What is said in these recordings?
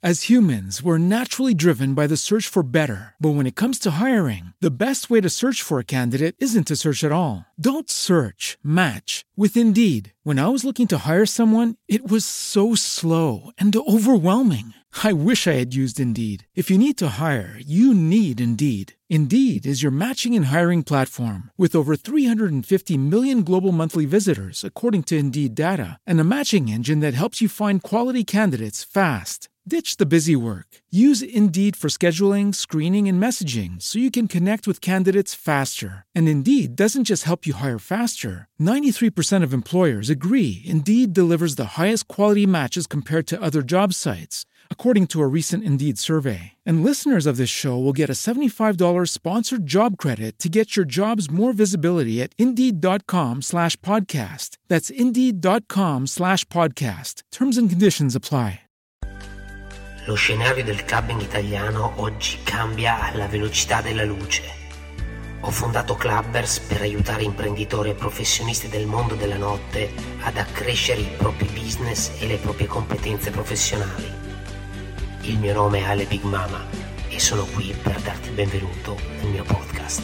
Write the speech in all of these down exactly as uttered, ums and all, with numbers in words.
As humans, we're naturally driven by the search for better. But when it comes to hiring, the best way to search for a candidate isn't to search at all. Don't search, match with Indeed. When I was looking to hire someone, it was so slow and overwhelming. I wish I had used Indeed. If you need to hire, you need Indeed. Indeed is your matching and hiring platform with over three hundred fifty million global monthly visitors, according to Indeed data, and a matching engine that helps you find quality candidates fast. Ditch the busy work. Use Indeed for scheduling, screening, and messaging so you can connect with candidates faster. And Indeed doesn't just help you hire faster. ninety-three percent of employers agree Indeed delivers the highest quality matches compared to other job sites, according to a recent Indeed survey. And listeners of this show will get a seventy-five dollars sponsored job credit to get your jobs more visibility at Indeed.com slash podcast. That's Indeed.com slash podcast. Terms and conditions apply. Lo scenario del clubbing italiano oggi cambia alla velocità della luce. Ho fondato Clubbers per aiutare imprenditori e professionisti del mondo della notte ad accrescere i propri business e le proprie competenze professionali. Il mio nome è Ale Big Mama e sono qui per darti il benvenuto nel mio podcast.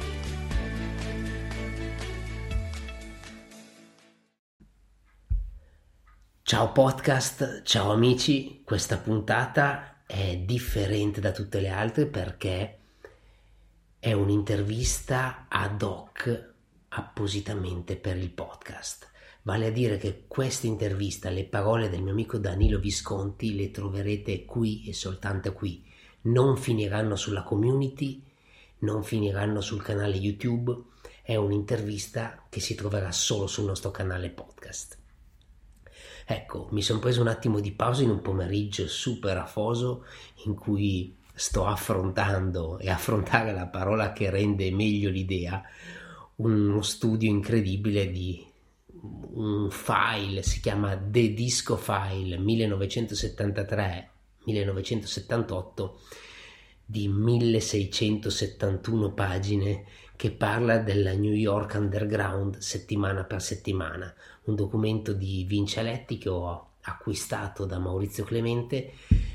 Ciao podcast, ciao amici, questa puntata è differente da tutte le altre perché è un'intervista ad hoc appositamente per il podcast. Vale a dire che questa intervista, le parole del mio amico Danilo Visconti le troverete qui e soltanto qui. Non finiranno sulla community, non finiranno sul canale YouTube, è un'intervista che si troverà solo sul nostro canale podcast. Ecco, mi sono preso un attimo di pausa in un pomeriggio super afoso in cui sto affrontando, e affrontare la parola che rende meglio l'idea, uno studio incredibile di un file, si chiama The Disco File millenovecentosettantatré millenovecentosettantotto, di milleseicentosettantuno pagine, che parla della New York Underground settimana per settimana, un documento di Vince Aletti che ho acquistato da Maurizio Clemente,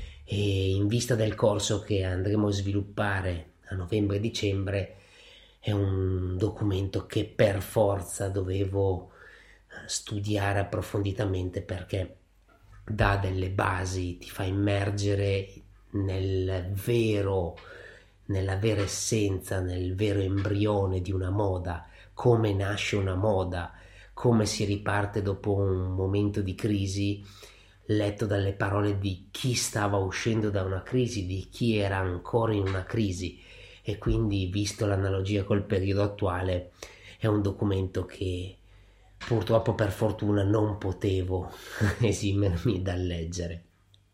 e in vista del corso che andremo a sviluppare a novembre e dicembre è un documento che per forza dovevo studiare approfonditamente, perché dà delle basi, ti fa immergere nel vero, nella vera essenza, nel vero embrione di una moda, come nasce una moda, come si riparte dopo un momento di crisi, letto dalle parole di chi stava uscendo da una crisi, di chi era ancora in una crisi, e quindi, visto l'analogia col periodo attuale, è un documento che purtroppo, per fortuna, non potevo esimermi dal leggere.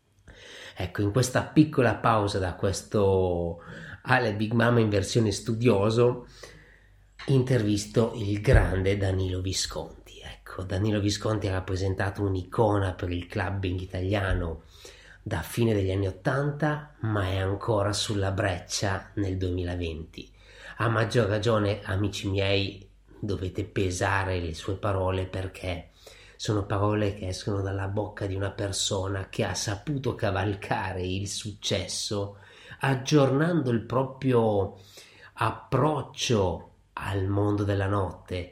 Ecco, in questa piccola pausa da questo Ale Big Mama in versione studioso, intervisto il grande Danilo Visconti. Ecco, Danilo Visconti ha rappresentato un'icona per il clubbing italiano da fine degli anni ottanta, ma è ancora sulla breccia nel duemilaventi. A maggior ragione, amici miei, dovete pesare le sue parole, perché sono parole che escono dalla bocca di una persona che ha saputo cavalcare il successo aggiornando il proprio approccio al mondo della notte,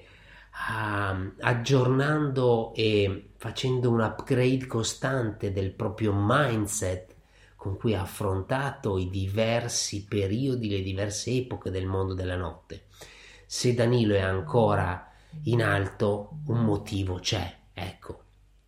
uh, aggiornando e facendo un upgrade costante del proprio mindset con cui ha affrontato i diversi periodi, le diverse epoche del mondo della notte. Se Danilo è ancora in alto, un motivo c'è, ecco.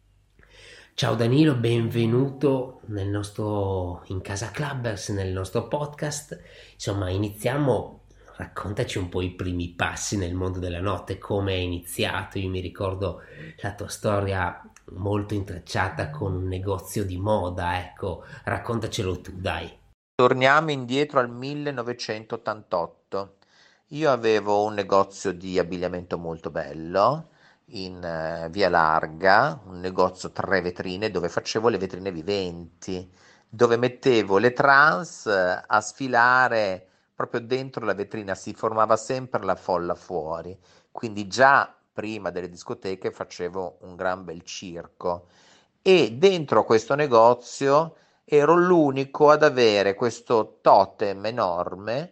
Ciao Danilo, benvenuto nel nostro in Casa Clubbers, nel nostro podcast. Insomma, iniziamo, raccontaci un po' i primi passi nel mondo della notte, come è iniziato. Io mi ricordo la tua storia molto intrecciata con un negozio di moda, ecco, raccontacelo tu, dai. Torniamo indietro al millenovecentottantotto. Io avevo un negozio di abbigliamento molto bello in eh, Via Larga, un negozio tre vetrine dove facevo le vetrine viventi, dove mettevo le trans eh, a sfilare proprio dentro la vetrina, si formava sempre la folla fuori, quindi già prima delle discoteche facevo un gran bel circo, e dentro questo negozio ero l'unico ad avere questo totem enorme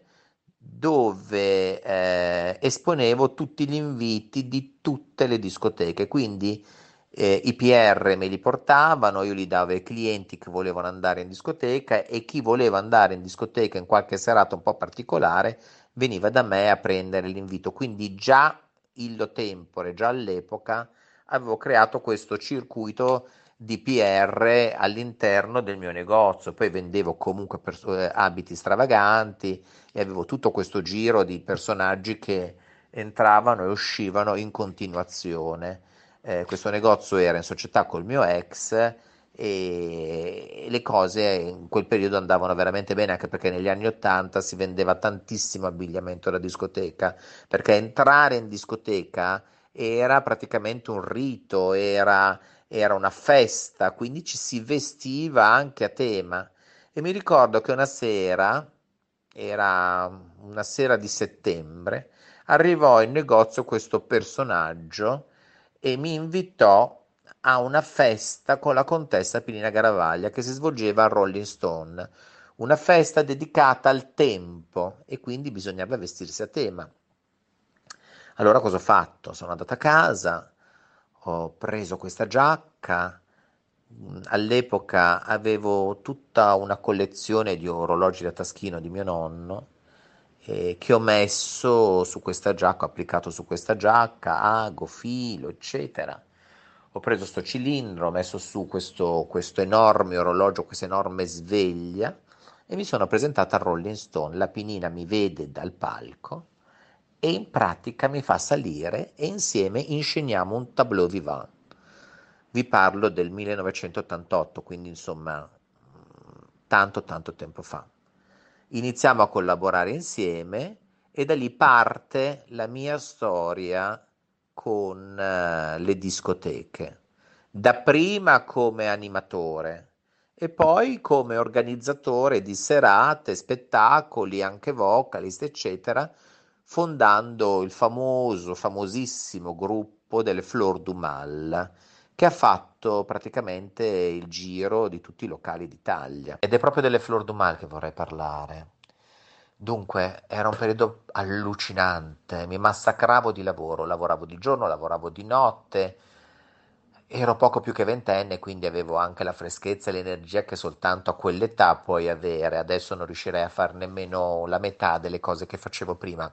dove eh, esponevo tutti gli inviti di tutte le discoteche, quindi eh, i P R me li portavano, io li davo ai clienti che volevano andare in discoteca e chi voleva andare in discoteca in qualche serata un po' particolare veniva da me a prendere l'invito. Quindi già illo tempore, già all'epoca avevo creato questo circuito di P R all'interno del mio negozio, poi vendevo comunque pers- eh, abiti stravaganti e avevo tutto questo giro di personaggi che entravano e uscivano in continuazione. Eh, questo negozio era in società col mio ex e le cose in quel periodo andavano veramente bene, anche perché negli anni ottanta si vendeva tantissimo abbigliamento da discoteca, perché entrare in discoteca era praticamente un rito, era, era una festa, quindi ci si vestiva anche a tema. E mi ricordo che una sera, era una sera di settembre, arrivò in negozio questo personaggio e mi invitò a una festa con la contessa Pina Garavaglia che si svolgeva a Rolling Stone, una festa dedicata al tempo e quindi bisognava vestirsi a tema. Allora cosa ho fatto? Sono andato a casa, ho preso questa giacca, mm, all'epoca avevo tutta una collezione di orologi da taschino di mio nonno eh, che ho messo su questa giacca, ho applicato su questa giacca, ago, filo, eccetera. Ho preso sto cilindro, ho messo su questo, questo enorme orologio, questa enorme sveglia e mi sono presentata a Rolling Stone. La Pinina mi vede dal palco e in pratica mi fa salire e insieme insceniamo un tableau vivant. Vi parlo del millenovecentottantotto, quindi insomma tanto tanto tempo fa. Iniziamo a collaborare insieme e da lì parte la mia storia con eh, le discoteche. Dapprima come animatore e poi come organizzatore di serate, spettacoli, anche vocalist, eccetera, fondando il famoso, famosissimo gruppo delle Fleur du Mal, che ha fatto praticamente il giro di tutti i locali d'Italia. Ed è proprio delle Fleur du Mal che vorrei parlare. Dunque, era un periodo allucinante, mi massacravo di lavoro, lavoravo di giorno, lavoravo di notte, ero poco più che ventenne, quindi avevo anche la freschezza e l'energia che soltanto a quell'età puoi avere. Adesso non riuscirei a fare nemmeno la metà delle cose che facevo prima.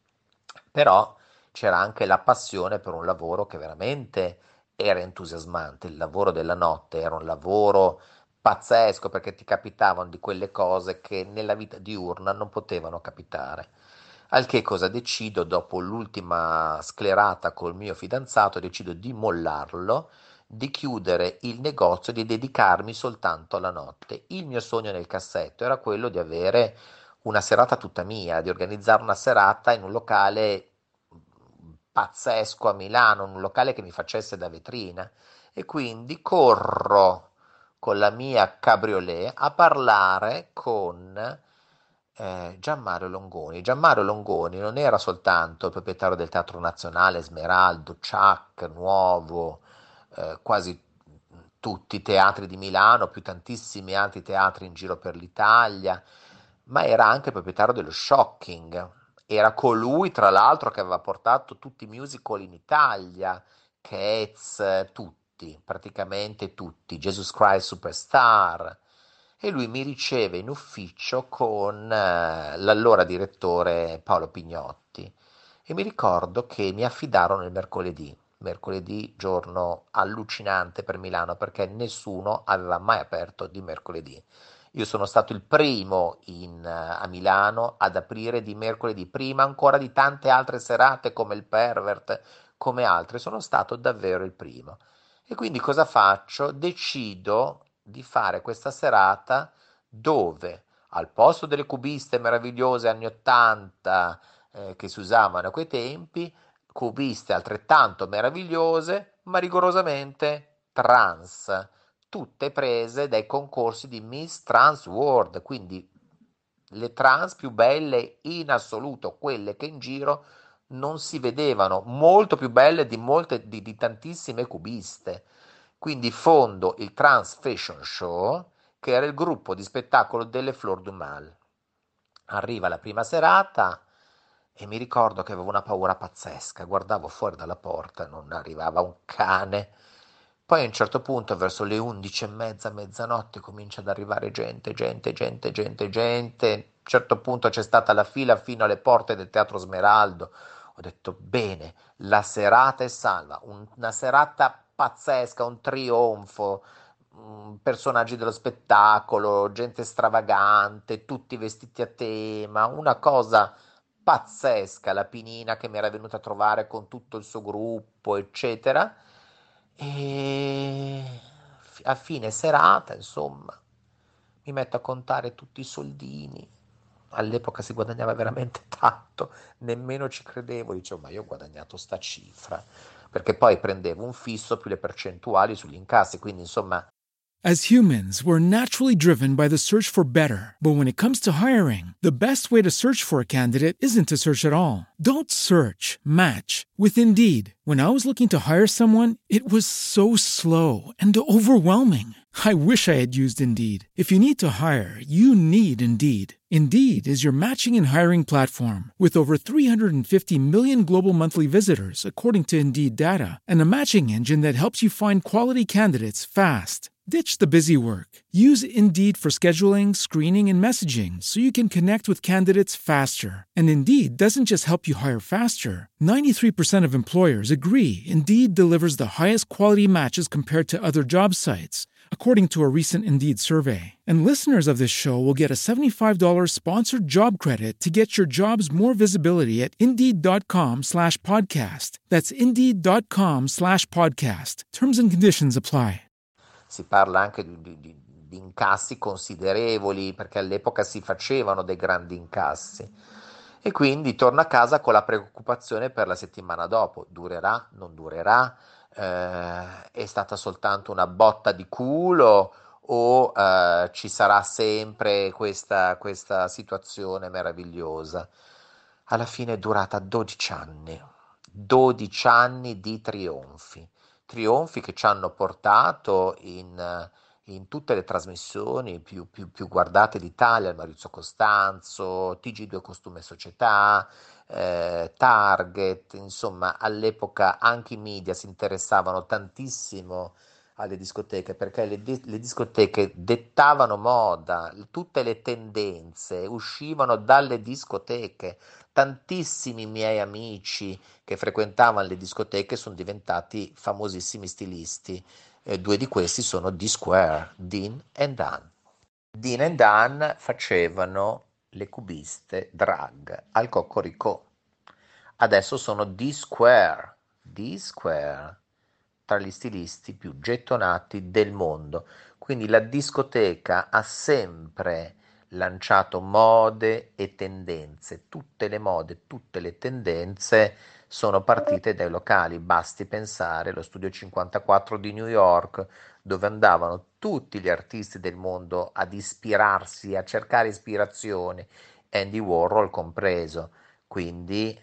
Però c'era anche la passione per un lavoro che veramente era entusiasmante. Il lavoro della notte era un lavoro pazzesco perché ti capitavano di quelle cose che nella vita diurna non potevano capitare. Al che cosa decido? Dopo l'ultima sclerata col mio fidanzato, decido di mollarlo, di chiudere il negozio, di dedicarmi soltanto alla notte. Il mio sogno nel cassetto era quello di avere una serata tutta mia, di organizzare una serata in un locale pazzesco a Milano, un locale che mi facesse da vetrina. E quindi corro con la mia cabriolet a parlare con eh, Gianmario Longoni. Gianmario Longoni non era soltanto il proprietario del Teatro Nazionale, Smeraldo, Ciak, Nuovo, eh, quasi tutti i teatri di Milano, più tantissimi altri teatri in giro per l'Italia, ma era anche proprietario dello Shocking. Era colui, tra l'altro, che aveva portato tutti i musical in Italia, Cats, tutti, praticamente tutti, Jesus Christ Superstar. E lui mi riceve in ufficio con eh, l'allora direttore Paolo Pignotti e mi ricordo che mi affidarono il mercoledì, mercoledì giorno allucinante per Milano perché nessuno aveva mai aperto di mercoledì. Io sono stato il primo in, eh, a Milano ad aprire di mercoledì, prima ancora di tante altre serate come il Pervert, come altre, sono stato davvero il primo. E quindi cosa faccio? Decido di fare questa serata dove al posto delle cubiste meravigliose anni ottanta eh, che si usavano a quei tempi, cubiste altrettanto meravigliose, ma rigorosamente trans, tutte prese dai concorsi di Miss Trans World, quindi le trans più belle in assoluto, quelle che in giro non si vedevano, molto più belle di molte di, di tantissime cubiste. Quindi fondo il Trans Fashion Show che era il gruppo di spettacolo delle Fleur du Mal. Arriva la prima serata e mi ricordo che avevo una paura pazzesca, guardavo fuori dalla porta, non arrivava un cane. Poi a un certo punto, verso le undici e mezza, mezzanotte, comincia ad arrivare gente, gente, gente, gente, gente. A un certo punto c'è stata la fila fino alle porte del Teatro Smeraldo. Ho detto, bene, la serata è salva, un- una serata pazzesca, un trionfo, mm, personaggi dello spettacolo, gente stravagante, tutti vestiti a tema, una cosa pazzesca, la Pinina che mi era venuta a trovare con tutto il suo gruppo, eccetera. E fi- a fine serata, insomma, mi metto a contare tutti i soldini. All'epoca si guadagnava veramente tanto, nemmeno ci credevo, dicevo, ma io ho guadagnato sta cifra, perché poi prendevo un fisso più le percentuali sugli incassi, quindi insomma. As humans, we're naturally driven by the search for better. But when it comes to hiring, the best way to search for a candidate isn't to search at all. Don't search, match with Indeed. When I was looking to hire someone, it was so slow and overwhelming. I wish I had used Indeed. If you need to hire, you need Indeed. Indeed is your matching and hiring platform with over three hundred fifty million global monthly visitors, according to Indeed data, and a matching engine that helps you find quality candidates fast. Ditch the busy work. Use Indeed for scheduling, screening, and messaging so you can connect with candidates faster. And Indeed doesn't just help you hire faster. ninety-three percent of employers agree Indeed delivers the highest quality matches compared to other job sites, according to a recent Indeed survey. And listeners of this show will get a seventy-five dollars sponsored job credit to get your jobs more visibility at Indeed.com slash podcast. That's Indeed.com slash podcast. Terms and conditions apply. Si parla anche di, di- di- di incassi considerevoli, perché all'epoca si facevano dei grandi incassi. E quindi torno a casa con la preoccupazione per la settimana dopo. Durerà? Non durerà? Eh, è stata soltanto una botta di culo o eh, ci sarà sempre questa, questa situazione meravigliosa? Alla fine è durata dodici anni, dodici anni di trionfi. Trionfi che ci hanno portato in, eh, in tutte le trasmissioni più, più- più guardate d'Italia, il Maurizio Costanzo, T G due Costume e Società, eh, Target, insomma, all'epoca anche i media si interessavano tantissimo alle discoteche perché le, di- le discoteche dettavano moda, tutte le tendenze uscivano dalle discoteche. Tantissimi miei amici che frequentavano le discoteche sono diventati famosissimi stilisti. Eh, due di questi sono D-Square, Dean e Dan. Dean e Dan facevano le cubiste drag al Cocorico. Adesso sono D-Square, D-Square, tra gli stilisti più gettonati del mondo. Quindi la discoteca ha sempre lanciato mode e tendenze. Tutte le mode, tutte le tendenze sono partite dai locali. Basti pensare allo Studio cinquantaquattro di New York, dove andavano tutti gli artisti del mondo ad ispirarsi, a cercare ispirazione, Andy Warhol compreso. Quindi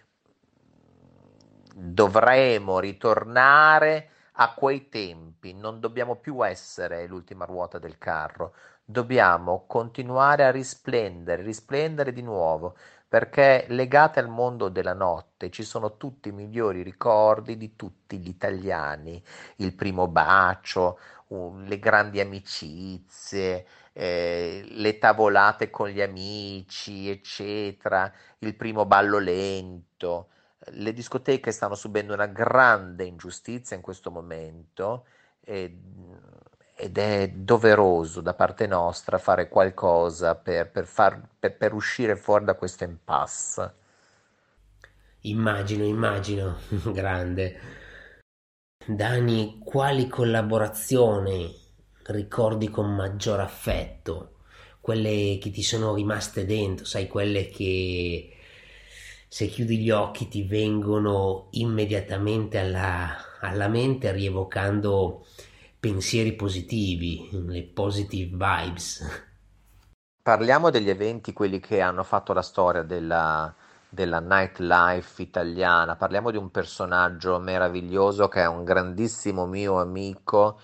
dovremo ritornare a quei tempi, non dobbiamo più essere l'ultima ruota del carro, dobbiamo continuare a risplendere, risplendere di nuovo, perché legate al mondo della notte ci sono tutti i migliori ricordi di tutti gli italiani, il primo bacio, uh, le grandi amicizie, eh, le tavolate con gli amici, eccetera, il primo ballo lento. Le discoteche stanno subendo una grande ingiustizia in questo momento e- ed è doveroso da parte nostra fare qualcosa per, per far- per- per uscire fuori da questo impasse. Immagino, immagino, grande. Dani, quali collaborazioni ricordi con maggior affetto? Quelle che ti sono rimaste dentro, sai, quelle che se chiudi gli occhi ti vengono immediatamente alla, alla mente rievocando pensieri positivi, le positive vibes. Parliamo degli eventi, quelli che hanno fatto la storia della, della nightlife italiana. Parliamo di un personaggio meraviglioso che è un grandissimo mio amico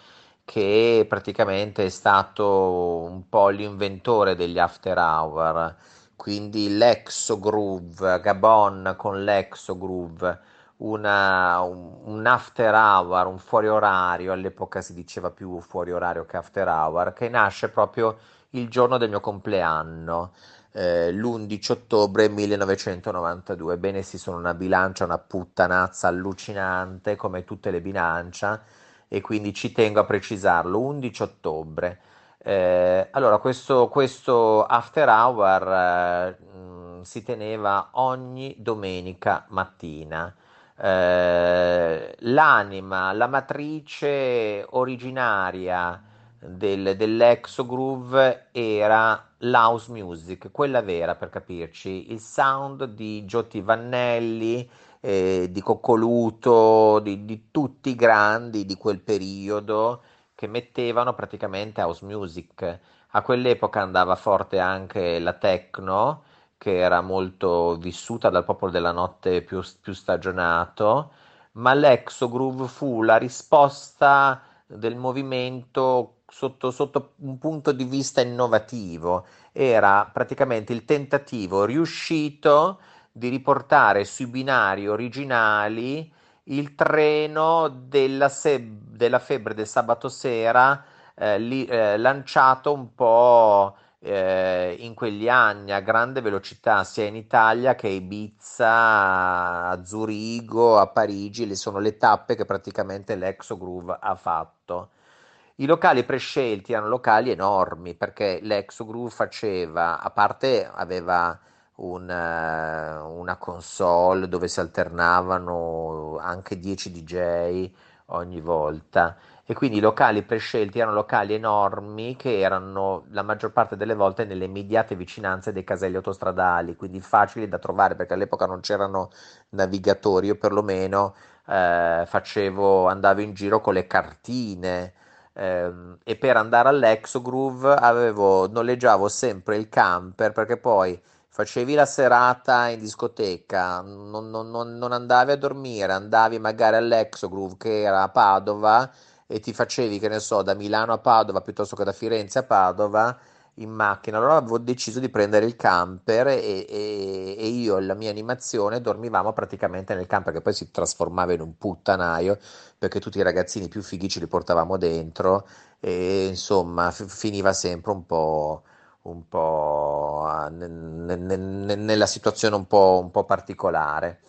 che praticamente è stato un po' l'inventore degli after hour, quindi l'Exo Groove, Gabon con l'Exo Groove, una- un, un after hour, un fuori orario, all'epoca si diceva più fuori orario che after hour, che nasce proprio il giorno del mio compleanno, eh, l'undici ottobre millenovecentonovantadue. Ebbene sì, sono una bilancia, una puttanazza allucinante, come tutte le bilancia, e quindi ci tengo a precisarlo, undici ottobre. Eh, allora, questo, questo after hour eh, mh, si teneva ogni domenica mattina. Eh, l'anima, la matrice originaria del, dell'Exo Groove era l'house music, quella vera per capirci, il sound di Giotti Vannelli, eh, di Coccoluto, di, di tutti i grandi di quel periodo che mettevano praticamente house music. A quell'epoca andava forte anche la techno, che era molto vissuta dal popolo della notte più, più stagionato, ma l'Exo Groove fu la risposta del movimento sotto, sotto un punto di vista innovativo. Era praticamente il tentativo riuscito di riportare sui binari originali il treno della, seb- della febbre del sabato sera, eh, li- eh, lanciato un po' eh, in quegli anni a grande velocità, sia in Italia che a Ibiza, a Zurigo, a Parigi, le sono le tappe che praticamente l'Exo Groove ha fatto. I locali prescelti erano locali enormi perché l'Exo Groove faceva, a parte aveva un, eh, una console dove si alternavano anche dieci D J ogni volta, e quindi i locali prescelti erano locali enormi che erano la maggior parte delle volte nelle immediate vicinanze dei caselli autostradali, quindi facili da trovare perché all'epoca non c'erano navigatori. Io perlomeno eh, facevo, andavo in giro con le cartine, ehm, e per andare all'Exo Groove avevo, noleggiavo sempre il camper perché poi facevi la serata in discoteca, non, non- non- non andavi a dormire, andavi magari all'Exo Groove che era a Padova e ti facevi, che ne so, da Milano a Padova piuttosto che da Firenze a Padova in macchina. Allora avevo deciso di prendere il camper e, e- e io e la mia animazione dormivamo praticamente nel camper che poi si trasformava in un puttanaio perché tutti i ragazzini più fighi ce li portavamo dentro e insomma f- finiva sempre un po' un po' a- ne- ne- ne- nella situazione un po', un po' particolare.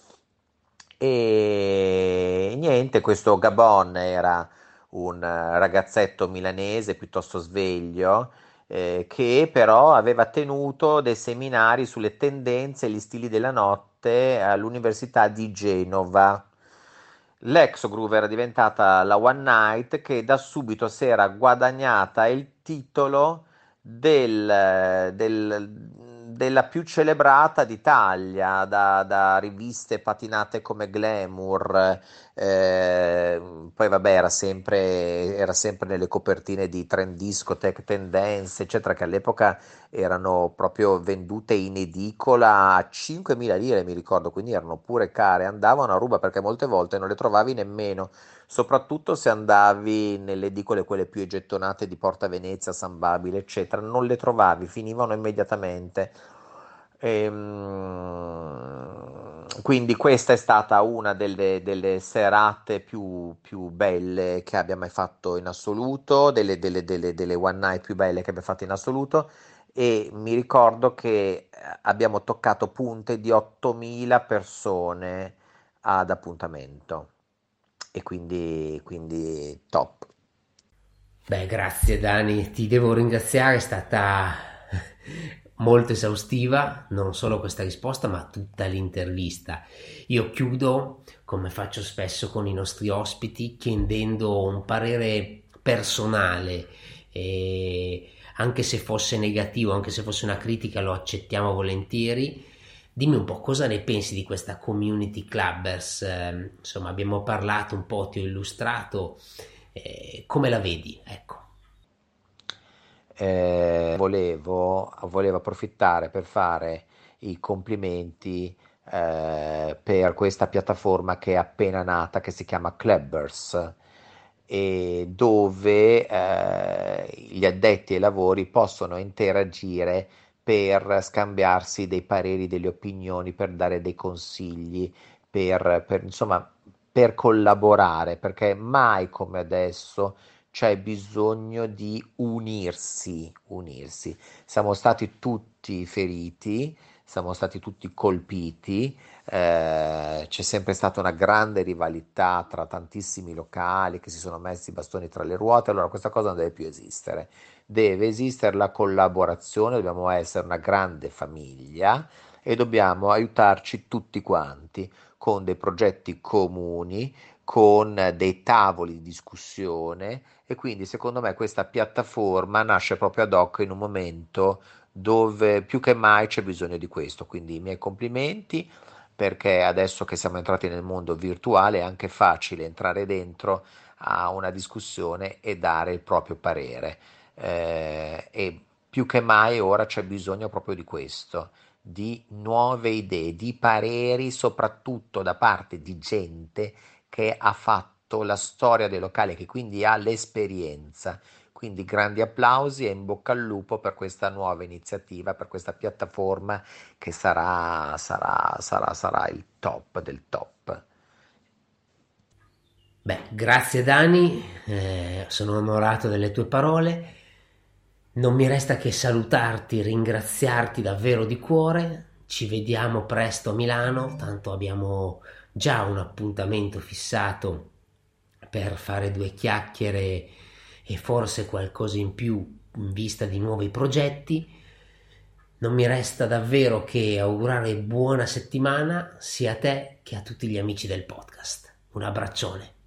E niente, questo Gabon era un eh, ragazzetto milanese piuttosto sveglio, eh, che però aveva tenuto dei seminari sulle tendenze e gli stili della notte all'Università di Genova. L'exo Groove era diventata la One Night che da subito si era guadagnata il titolo del, del- della più celebrata d'Italia, da, da riviste patinate come Glamour, eh, poi vabbè era sempre, era sempre nelle copertine di Trend Discotech, Tendance, eccetera, che all'epoca erano proprio vendute in edicola a cinquemila lire, mi ricordo, quindi erano pure care, andavano a ruba perché molte volte non le trovavi nemmeno, soprattutto se andavi nelle edicole quelle più gettonate di Porta Venezia, San Babile, eccetera, non le trovavi, finivano immediatamente. Ehm, quindi questa è stata una delle, delle serate più, più belle che abbia mai fatto in assoluto, delle, delle, delle, delle one night più belle che abbia fatto in assoluto, e mi ricordo che eh, abbiamo toccato punte di ottomila persone ad appuntamento e quindi, quindi top. Beh, grazie Dani, ti devo ringraziare, è stata molto esaustiva, non solo questa risposta, ma tutta l'intervista. Io chiudo, come faccio spesso con i nostri ospiti, chiedendo un parere personale, e anche se fosse negativo, anche se fosse una critica, lo accettiamo volentieri. Dimmi un po' cosa ne pensi di questa community clubbers, eh, insomma abbiamo parlato un po', ti ho illustrato, eh, come la vedi? Ecco. Eh, volevo, volevo approfittare per fare i complimenti eh, per questa piattaforma che è appena nata, che si chiama Clubbers. e dove eh, gli addetti ai lavori possono interagire per scambiarsi dei pareri, delle opinioni, per dare dei consigli, per, per, insomma, per collaborare, perché mai come adesso c'è bisogno di unirsi, unirsi. Siamo stati tutti feriti, siamo stati tutti colpiti, eh, c'è sempre stata una grande rivalità tra tantissimi locali che si sono messi i bastoni tra le ruote, allora questa cosa non deve più esistere. Deve esistere la collaborazione, dobbiamo essere una grande famiglia e dobbiamo aiutarci tutti quanti con dei progetti comuni, con dei tavoli di discussione e quindi secondo me questa piattaforma nasce proprio ad hoc in un momento dove più che mai c'è bisogno di questo. Quindi i miei complimenti perché adesso che siamo entrati nel mondo virtuale è anche facile entrare dentro a una discussione e dare il proprio parere. Eh, e più che mai ora c'è bisogno proprio di questo, di nuove idee, di pareri, soprattutto da parte di gente che ha fatto la storia del locale, che quindi ha l'esperienza. Quindi grandi applausi e in bocca al lupo per questa nuova iniziativa, per questa piattaforma che sarà, sarà, sarà, sarà il top del top. Beh, grazie Dani, eh, sono onorato delle tue parole. Non mi resta che salutarti, ringraziarti davvero di cuore. Ci vediamo presto a Milano, tanto abbiamo già un appuntamento fissato per fare due chiacchiere e forse qualcosa in più in vista di nuovi progetti. Non mi resta davvero che augurare buona settimana sia a te che a tutti gli amici del podcast. Un abbraccione.